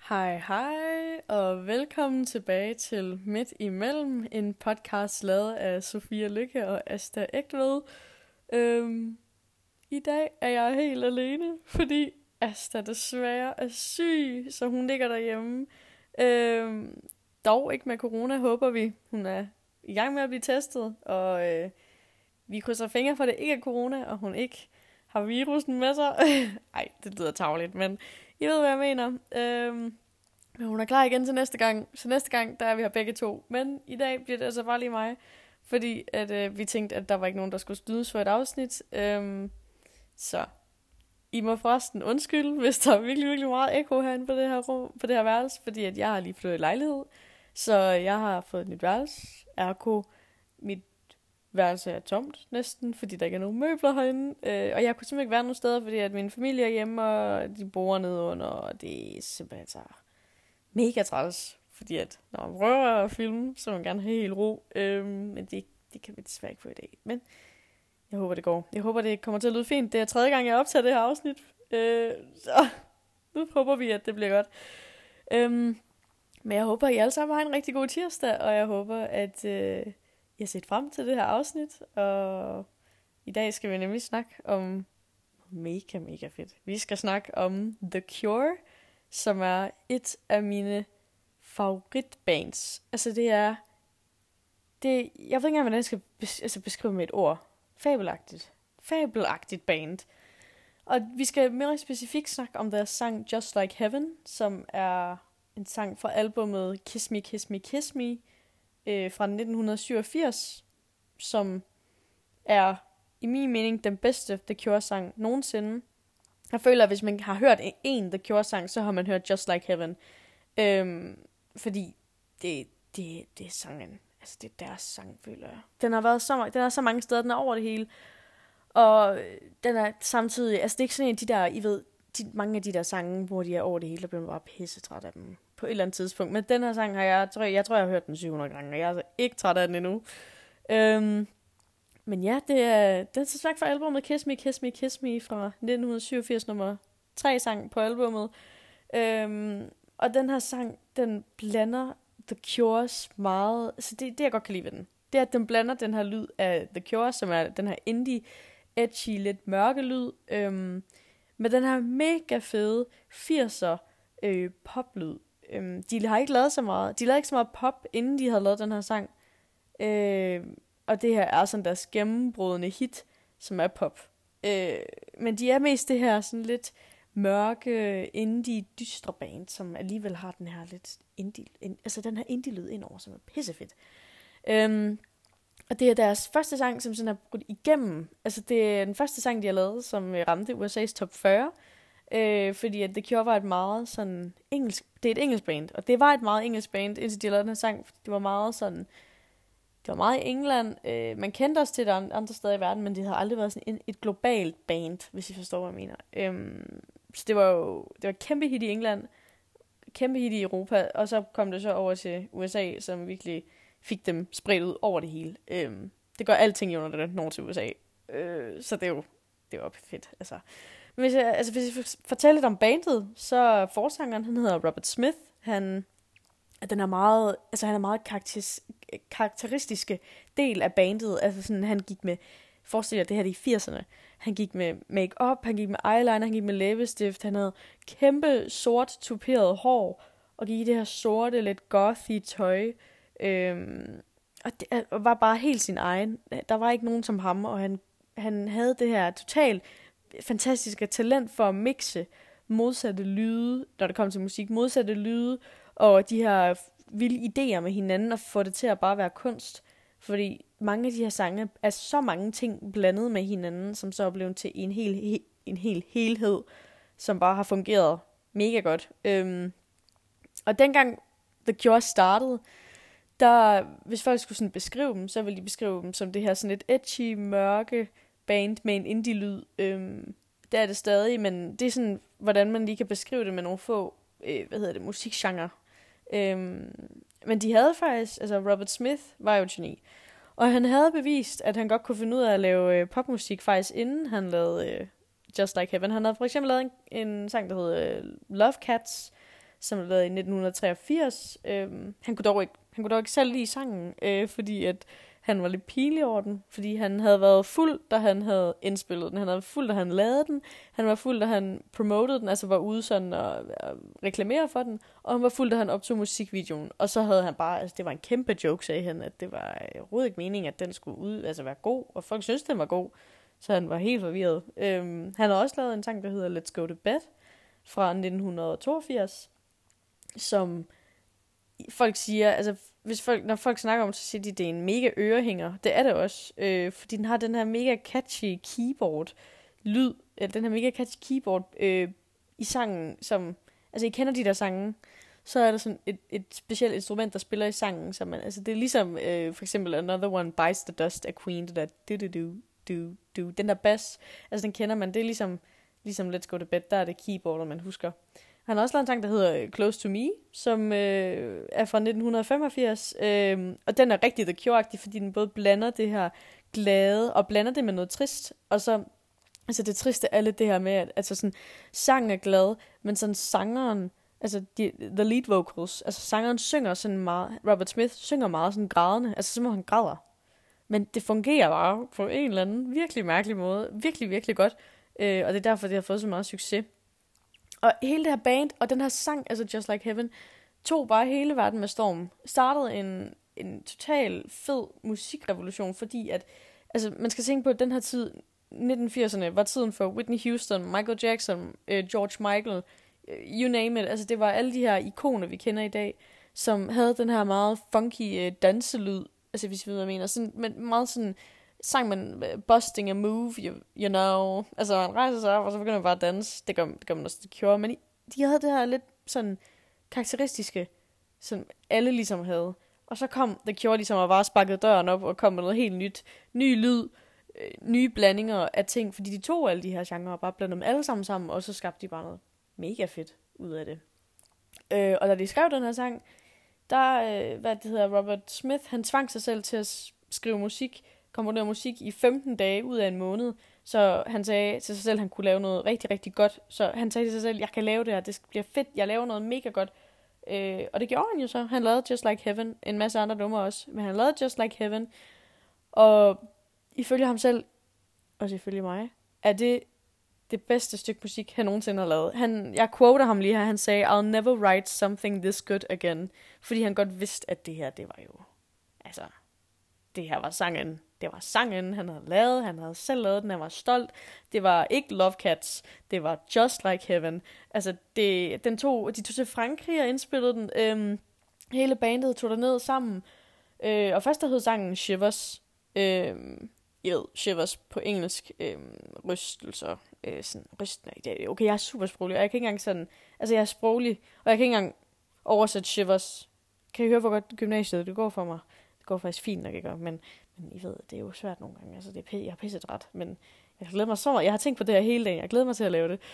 Hej hej, og velkommen tilbage til Midt Imellem, en podcast lavet af Sofia Lykke og Asta Egtved. I dag er jeg helt alene, fordi Asta desværre er syg, så hun ligger derhjemme. Dog ikke med corona, håber vi. Hun er i gang med at blive testet, og vi krydser fingre for, at det ikke er corona, og hun ikke har virusen med sig. Ej, det lyder tarveligt, men I ved, hvad jeg mener. Men hun er klar igen til næste gang. Så næste gang, der er vi her begge to. Men i dag bliver det altså bare lige mig. Fordi at vi tænkte, at der var ikke nogen, der skulle snydes for et afsnit. Så I må forresten undskylde, hvis der er virkelig, virkelig meget ekko herinde på det her rum, på det her værelse. Fordi at jeg har lige flyttet i lejlighed. Så jeg har fået et nyt værelse. Ergo, mit værelse er tomt næsten, fordi der ikke er nogen møbler herinde. Og jeg kunne simpelthen ikke være nogen steder, fordi at min familie er hjemme, og de bor nede under. Og det er simpelthen så mega træls, fordi at når man prøver at filme, så vil man gerne have helt ro. Men det kan vi desværre ikke få i dag. Men jeg håber, det går. Jeg håber, det kommer til at lyde fint. Det er tredje gang, jeg optager det her afsnit. Så nu håber vi, at det bliver godt. Men jeg håber, at I alle sammen har en rigtig god tirsdag, og jeg håber, at I har set frem til det her afsnit. Og i dag skal vi nemlig snakke om mega fedt. Vi skal snakke om The Cure, som er et af mine favoritbands. Altså det er, jeg ved ikke engang, hvordan jeg skal beskrive med et ord. Fabelagtigt band. Og vi skal mere specifikt snakke om deres sang Just Like Heaven, som er en sang fra albumet Kiss Me, Kiss Me, Kiss Me fra 1987, som er i min mening den bedste The Cure-sang nogensinde. Jeg føler, at hvis man har hørt en The Cure-sang, så har man hørt Just Like Heaven. Fordi det er sangen. Altså, det er deres sang, føler jeg. Den er så mange steder, den er over det hele. Og den er samtidig, altså det er ikke sådan en af de der, I ved, mange af de der sange, hvor de er over det hele, der bliver man bare pissetræt af dem på et eller andet tidspunkt. Men den her sang har jeg tror, jeg har hørt den 700 gange, og jeg er altså ikke træt af den endnu. Men ja, den er så svagt fra albumet Kiss Me, Kiss Me, Kiss Me fra 1987, nummer 3 sang på albumet. Og den her sang, den blander The Cures meget. Altså det jeg godt kan lide ved den, det er, at den blander den her lyd af The Cure, som er den her indie, edgy, lidt mørke lyd, med den her mega fede 80'er poplyd. De har ikke lavet så meget. De lavede ikke så meget pop, inden de havde lavet den her sang. Og det her er sådan deres gennembrudende hit, som er pop. Men de er mest det her sådan lidt mørke, indie, dystre band, som alligevel har den her lidt indie, altså den her indie-lyd indover, som er pissefedt. Og det er deres første sang, som sådan er gået igennem. Altså det er den første sang, de har lavet, som ramte USA's top 40. Fordi at The Cure var et meget sådan engelsk, det er et engelsk band, og det var et meget engelsk band, indtil de lavede den her sang. Det var meget sådan, det var meget i England. Man kendte os til det andre steder i verden, men det havde aldrig været sådan et globalt band, hvis I forstår, hvad jeg mener. Så det var et kæmpe hit i England, kæmpe hit i Europa, og så kom det så over til USA, som virkelig fik dem spredt ud over det hele. Det gør alting i under det når til USA. Så det er jo fedt. Altså. Men hvis jeg fortæller lidt om bandet, så forsangeren, han hedder Robert Smith. Han er meget karakteristiske del af bandet. Altså sådan, han gik med, forestil jer det her i 80'erne. Han gik med make-up, han gik med eyeliner, han gik med læbestift. Han havde kæmpe sort tuperet hår, og gik i det her sorte, lidt gothy tøj. Og det var bare helt sin egen. Der var ikke nogen som ham, og han havde det her totalt fantastiske talent for at mixe modsatte lyde, når det kom til musik, modsatte lyde, og de her vilde idéer med hinanden, og få det til at bare være kunst. Fordi mange af de her sange er så mange ting blandet med hinanden, som så er blevet til en hel helhed, som bare har fungeret mega godt. Og dengang The Cure startede, der, hvis folk skulle sådan beskrive dem, så ville de beskrive dem som det her sådan lidt edgy, mørke band med en indie-lyd. Det er det stadig, men det er sådan, hvordan man lige kan beskrive det med nogle få, musikgenre. Men de havde faktisk, altså Robert Smith var jo geni, og han havde bevist, at han godt kunne finde ud af at lave popmusik faktisk, inden han lavede Just Like Heaven. Han havde for eksempel lavet en sang, der hed Love Cats, som er lavet i 1983. Han kunne dog ikke selv lide sangen, fordi at han var lidt pinlig over den, fordi han havde været fuld, da han havde indspillet den. Han havde været fuld, da han lavede den. Han var fuld, da han promoted den, altså var ude sådan og reklamere for den. Og han var fuld, da han optog musikvideoen. Og så havde han bare, altså det var en kæmpe joke, sagde han, at det var overhovedet ikke meningen, at den skulle være god. Og folk syntes, den var god, så han var helt forvirret. Han har også lavet en sang, der hedder Let's Go to Bed fra 1982, som folk siger, altså når folk snakker om det, så siger de, at det er en mega ørehænger. Det er det også, fordi den har den her mega catchy keyboard-lyd, eller den her mega catchy keyboard i sangen, som, altså I kender de der sange, så er der sådan et specielt instrument, der spiller i sangen, så man, altså det er ligesom for eksempel Another One Bites the Dust af Queen, det der du, den der bass, altså den kender man, det er ligesom Let's Go to Bed, der er det keyboardet, man husker. Han har også lavet en sang, der hedder Close to Me, som er fra 1985, og den er rigtig The Cure-agtig, fordi den både blander det her glade, og blander det med noget trist, og så, altså det triste er lidt det her med, at altså sådan, sangen er glad, men sådan sangeren, altså the lead vocals, altså sangeren synger sådan meget, Robert Smith synger meget sådan grædende, altså som om han græder, men det fungerer bare på en eller anden virkelig mærkelig måde, virkelig, virkelig godt, og det er derfor, det har fået så meget succes. Og hele det her band, og den her sang, altså Just Like Heaven, tog bare hele verden med storm. Startede en total fed musikrevolution, fordi at, altså man skal tænke på, at den her tid, 1980'erne, var tiden for Whitney Houston, Michael Jackson, George Michael, you name it. Altså det var alle de her ikoner, vi kender i dag, som havde den her meget funky danselyd, altså hvis vi ved, hvad jeg mener, sådan, men meget sådan, sang man busting a move, you know. Altså man rejser sig op, og så begynder man bare at danse. Det gør man også til Cure. Men de havde det her lidt sådan karakteristiske, som alle ligesom havde. Og så kom The Cure ligesom og bare sparkede døren op og kom med noget helt nyt. Ny lyd, nye blandinger af ting. Fordi de tog alle de her genrer og bare blandede dem alle sammen. Og så skabte de bare noget mega fedt ud af det. Og da de skrev den her sang, der, Robert Smith, han tvang sig selv til at skrive musik, komponere musik i 15 dage ud af en måned. Så han sagde til sig selv, at han kunne lave noget rigtig, rigtig godt. Så han sagde til sig selv, jeg kan lave det her, det bliver fedt, jeg laver noget mega godt. Og det gjorde han jo så. Han lavede Just Like Heaven, en masse andre numre også, men han lavede Just Like Heaven. Og ifølge ham selv, også ifølge mig, er det bedste stykke musik, han nogensinde har lavet. Jeg quoter ham lige her, han sagde, I'll never write something this good again. Fordi han godt vidste, at det her, det var jo, altså, det her var sangen. Det var sangen, han havde lavet. Han havde selv lavet den. Han var stolt. Det var ikke Love Cats. Det var Just Like Heaven. Altså, de tog til Frankrig og indspillede den. Hele bandet tog derned sammen. Og først der hed sangen Shivers. Shivers på engelsk. Rystelser. Sådan, rystende. Okay, jeg er super sproglig. Og jeg kan ikke engang sådan... Altså, jeg er sproglig. Og jeg kan ikke engang oversætte Shivers. Kan I høre, hvor godt gymnasiet det går for mig? Det går faktisk fint nok, ikke? Men I ved, det er jo svært nogle gange. Altså, jeg har pisset ret, men jeg glæder mig så meget. Jeg har tænkt på det her hele dagen. Jeg glæder mig til at lave det.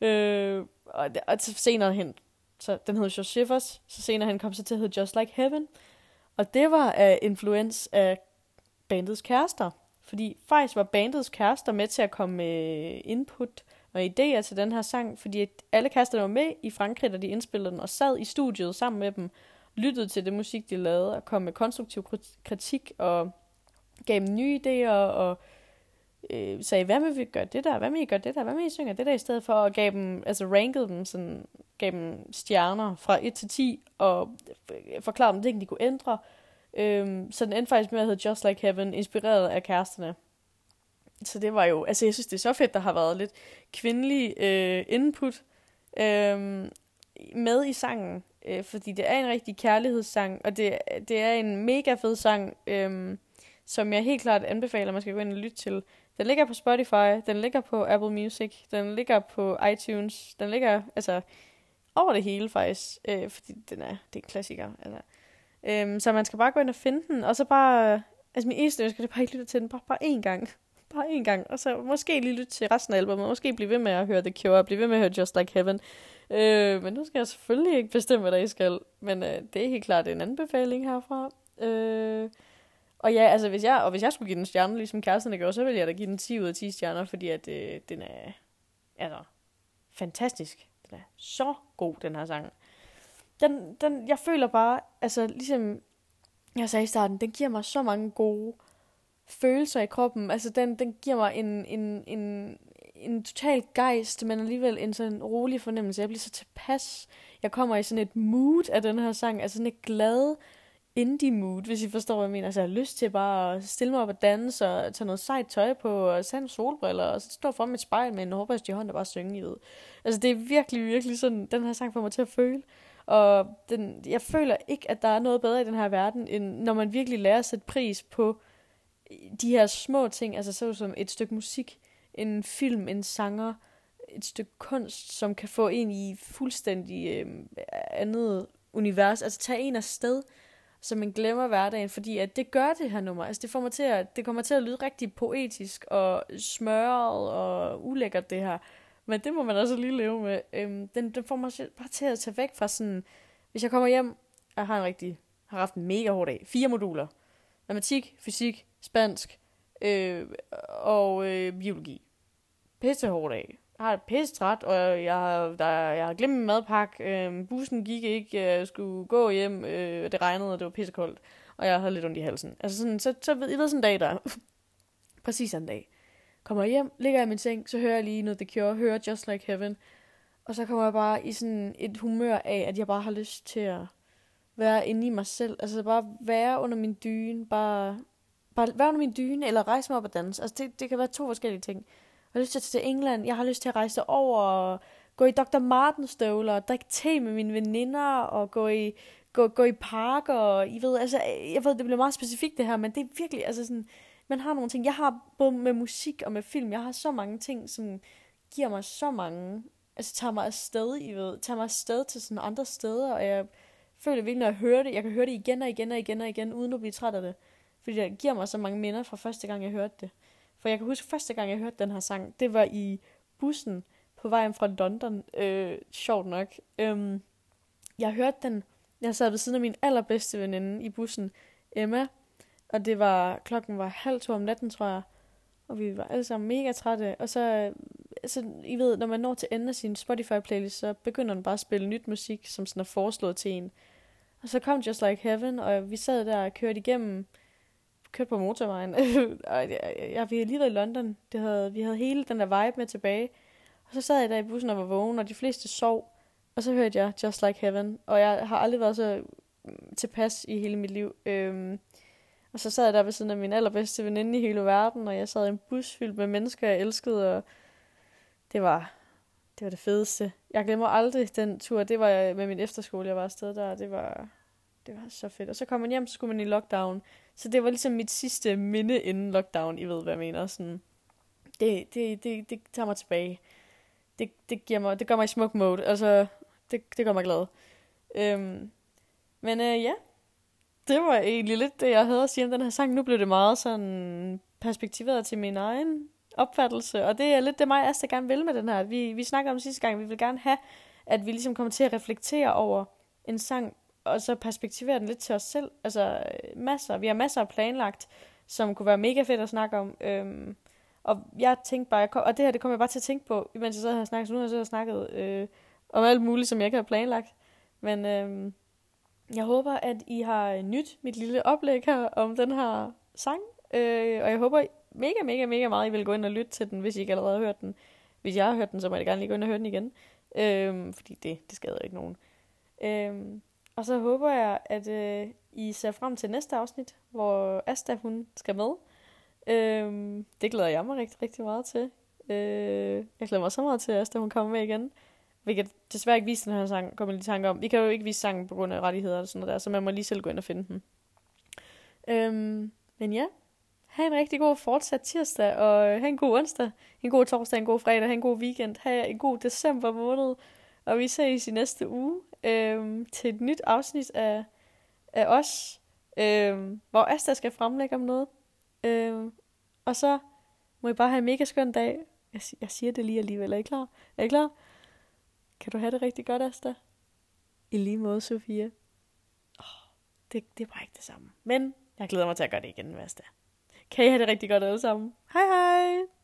Og senere hen, så den hed Just Shivers, så senere hen kom så til at hedde Just Like Heaven. Og det var af influens af bandets kærester. Fordi faktisk var bandets kærester med til at komme med input og idéer til den her sang. Fordi alle kæresterne var med i Frankrig, da de indspillede den, og sad i studiet sammen med dem, lyttede til det musik, de lavede, og kom med konstruktiv kritik, og gav dem nye idéer, og sagde, hvad med vi gør det der, hvad med I gør det der, hvad med I synger det der, i stedet for, og gav dem, altså rankede dem, sådan, gav dem stjerner fra 1 til 10, og forklarede dem ting, de kunne ændre. Så den endte faktisk med at hedde Just Like Heaven, inspireret af kæresterne. Så det var jo, altså jeg synes, det er så fedt, der har været lidt kvindelig input med i sangen, fordi det er en rigtig kærlighedssang, og det er en mega fed sang, som jeg helt klart anbefaler, man skal gå ind og lytte til. Den ligger på Spotify, den ligger på Apple Music, den ligger på iTunes, den ligger altså over det hele faktisk, fordi det er en klassiker. Altså. Så man skal bare gå ind og finde den, og så bare, altså min eneste ønske, det er bare ikke lytte til den, bare én gang. Bare én gang, og så måske lige lytte til resten af albumet, måske blive ved med at høre The Cure, blive ved med at høre Just Like Heaven. Men nu skal jeg selvfølgelig ikke bestemme, hvad der I skal, men det er helt klart en anbefaling herfra. Og ja, altså hvis jeg skulle give den stjerne, ligesom kæresterne gjorde, så ville jeg da give den 10 ud af 10 stjerner, fordi at den er altså fantastisk. Den er så god, den her sang. jeg føler bare, altså ligesom jeg sagde i starten, den giver mig så mange gode følelser i kroppen. Altså den giver mig en total gejst, men alligevel en sådan rolig fornemmelse. Jeg bliver så tilpas. Jeg kommer i sådan et mood af den her sang, altså sådan et glad indie mood, hvis I forstår, hvad jeg mener. Altså jeg har lyst til bare at stille mig op og danse, og tage noget sejt tøj på, og tage nogle solbriller, og så stå foran mit spejl med en hårbrist i hånden og bare synge, I ved. Altså det er virkelig, virkelig sådan, den her sang får mig til at føle. Og jeg føler ikke, at der er noget bedre i den her verden, end når man virkelig lærer at sætte pris på de her små ting, altså så som et stykke musik, en film, en sanger, et stykke kunst, som kan få en i fuldstændig andet univers, altså tage en afsted, så man glemmer hverdagen, fordi at det gør det her nummer, altså det kommer til at lyde rigtig poetisk og smørret og ulækkert det her, men det må man altså lige leve med. Den får mig bare til at tage væk fra sådan, hvis jeg kommer hjem, jeg har haft en mega hård dag, 4 moduler, matematik, fysik, spansk og biologi. Pisse hård dag. Jeg har pisse træt, og jeg har glemt min madpakke. Bussen gik ikke, jeg skulle gå hjem, det regnede, og det var pissekoldt. Og jeg havde lidt ondt i halsen. Altså sådan, så I ved sådan en dag der. Præcis sådan en dag. Kommer jeg hjem, ligger jeg i min seng, så hører jeg lige noget The Cure, hører Just Like Heaven. Og så kommer jeg bare i sådan et humør af, at jeg bare har lyst til at være inde i mig selv. Altså bare være under min dyne, bare være under min dyne, eller rejse mig op og danse. Altså det kan være 2 forskellige ting. Jeg har lyst til at tage til England, jeg har lyst til at rejse over og gå i Dr. Martens støvler, drikke te med mine veninder, og gå i park, og I ved, altså, jeg ved, det bliver meget specifikt det her, men det er virkelig, altså sådan, man har nogle ting, jeg har både med musik og med film, jeg har så mange ting, som giver mig så mange, altså tager mig afsted, I ved, tager mig afsted til sådan andre steder, og jeg føler virkelig, når jeg hører det, jeg kan høre det igen og igen og igen og igen, uden at blive træt af det, fordi det giver mig så mange minder fra første gang, jeg hørte det. For jeg kan huske, første gang, jeg hørte den her sang, det var i bussen på vejen fra London. Sjovt nok. Jeg hørte den, jeg sad ved siden af min allerbedste veninde i bussen, Emma. Og klokken var 1:30 om natten, tror jeg. Og vi var alle sammen mega trætte. Og så I ved, når man når til enden af sin Spotify-playlist, så begynder den bare at spille nyt musik, som sådan er foreslået til en. Og så kom Just Like Heaven, og vi sad der og kørte på motorvejen. Vi havde lige været i London. Vi havde hele den der vibe med tilbage. Og så sad jeg der i bussen og var vågen, og de fleste sov. Og så hørte jeg Just Like Heaven. Og jeg har aldrig været så tilpas i hele mit liv. Og så sad jeg der ved siden af min allerbedste veninde i hele verden, og jeg sad i en bus fyldt med mennesker, jeg elskede, og det var det fedeste. Jeg glemmer aldrig den tur. Det var med min efterskole, jeg var afsted der. Det var så fedt. Og så kom man hjem, så skulle man i lockdown. Så det var ligesom mit sidste minde inden lockdown, I ved, hvad jeg mener. Sådan, det tager mig tilbage. Det gør mig i smuk mode. Altså, det gør mig glad. Men ja, det var egentlig lidt det, jeg havde at sige om den her sang. Nu blev det meget sådan perspektiveret til min egen opfattelse. Og det er lidt det mig og Asta gerne vil med den her. Vi snakkede om sidste gang, vi vil gerne have, at vi ligesom kommer til at reflektere over en sang, og så perspektivere den lidt til os selv. Altså vi har masser af planlagt, som kunne være mega fedt at snakke om. Og jeg tænkte bare, og det her, det kom jeg bare til at tænke på, mens jeg så havde snakket, så nu har jeg så snakket om alt muligt, som jeg ikke havde planlagt. Men jeg håber, at I har nyt mit lille oplæg her om den her sang. Og jeg håber mega, mega, mega meget, I vil gå ind og lytte til den, hvis I ikke allerede har hørt den. Hvis jeg har hørt den, så må jeg gerne lige gå ind og høre den igen. Fordi det skader ikke nogen. Og så håber jeg, at I ser frem til næste afsnit, hvor Asta, hun skal med. Det glæder jeg mig rigtig, rigtig meget til. Jeg glæder mig så meget til, at Asta, hun kommer med igen. Vi kan desværre ikke vise den her sang, kommer jeg lige i tanke om. Vi kan jo ikke vise sangen på grund af rettigheder og sådan noget der, så man må lige selv gå ind og finde den. Men ja, have en rigtig god fortsat tirsdag, og have en god onsdag, en god torsdag, en god fredag, have en god weekend, have en god december måned, og vi ses i næste uge til et nyt afsnit af os, hvor Asta skal fremlægge om noget. Og så må I bare have en mega skøn dag. Jeg siger det lige alligevel. Er I klar? Er I klar? Kan du have det rigtig godt, Asta? I lige måde, Sofia. Det er bare ikke det samme. Men jeg glæder mig til at gøre det igen med Asta. Kan I have det rigtig godt alle sammen? Hej hej!